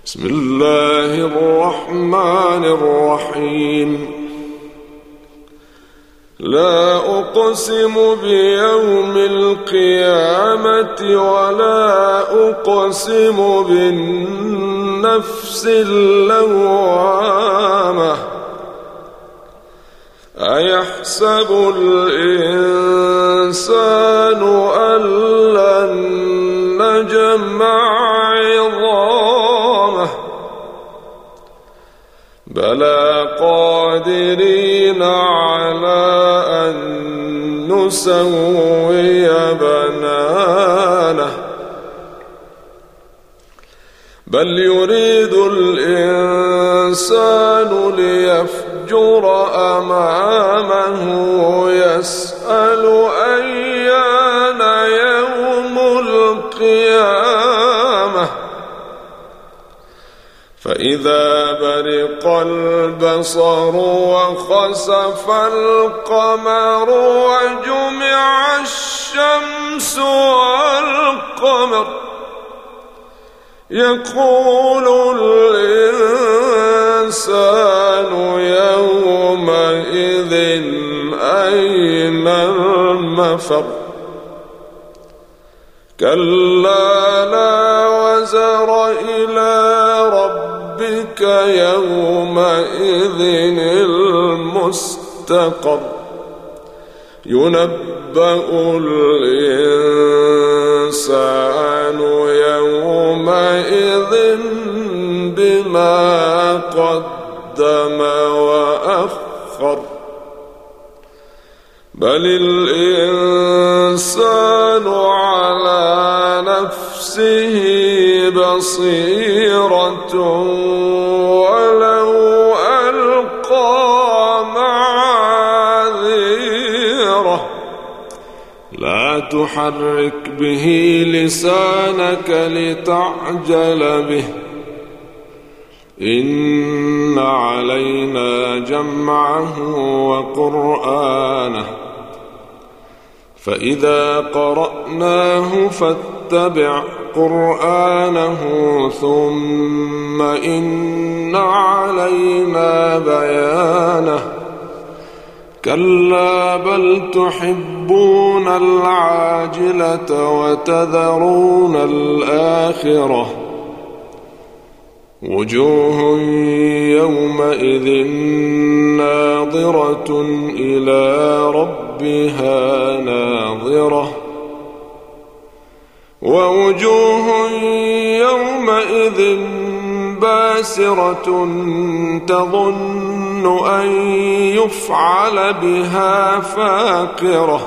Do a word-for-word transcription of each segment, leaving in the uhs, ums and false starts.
بسم الله الرحمن الرحيم. لا أقسم بيوم القيامة ولا أقسم بالنفس اللوامة أيحسب الإنسان أن لن نجمع عظامه بلى قادرين على أن نسوي بنانه بل يريد الإنسان ليفجر أمامه يسأل أيان يوم القيامة فإذا برق البصر وخسف القمر وجمع الشمس والقمر يقول الإنسان يومئذ أين المفر كلا لا وزر إلى ربك يومئذ المستقر ينبأ الإنسان يومئذ بما قدم وأخر بل الإنسان على نفسه بصيرة ولو ألقى معاذيره لا تحرك به لسانك لتعجل به إن علينا جمعه وقرآنه فإذا قرأناه فاتبع قرآنه ثم إن علينا بيانه كلا بل تحبون العاجلة وتذرون الآخرة وجوه يومئذ ناظرة إلى ربها ناظرة ووجوه يومئذ باسرة تظن أن يفعل بها فاقرة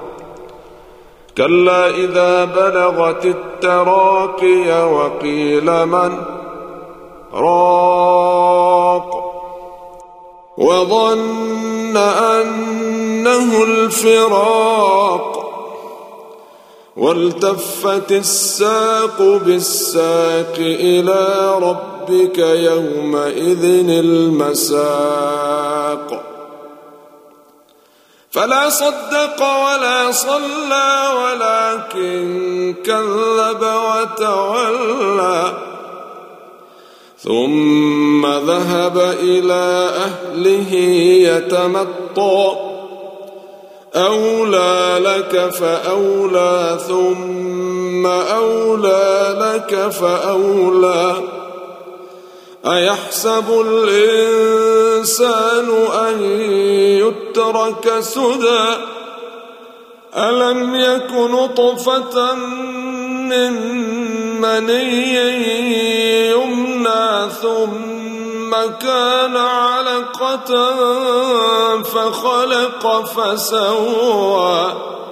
كلا إذا بلغت التراقي وقيل من راق وظن أنه الفراق والتفت الساق بالساق إلى ربك يومئذ المساق فلا صدق ولا صلى ولكن كذب وتولى ثم ذهب إلى أهله يتمطى أولى لك فأولى ثم أولى لك فأولى أيحسب الإنسان أن يترك سدى ألم يك نطفة من مني يمنى ثم كان علقة فخلق فسوى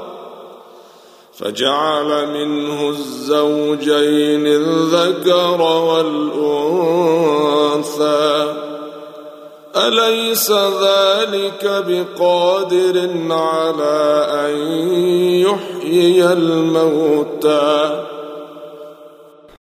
فجعل منه الزوجين الذكر والأنثى أليس ذلك بقادر على أن يحيي الموتى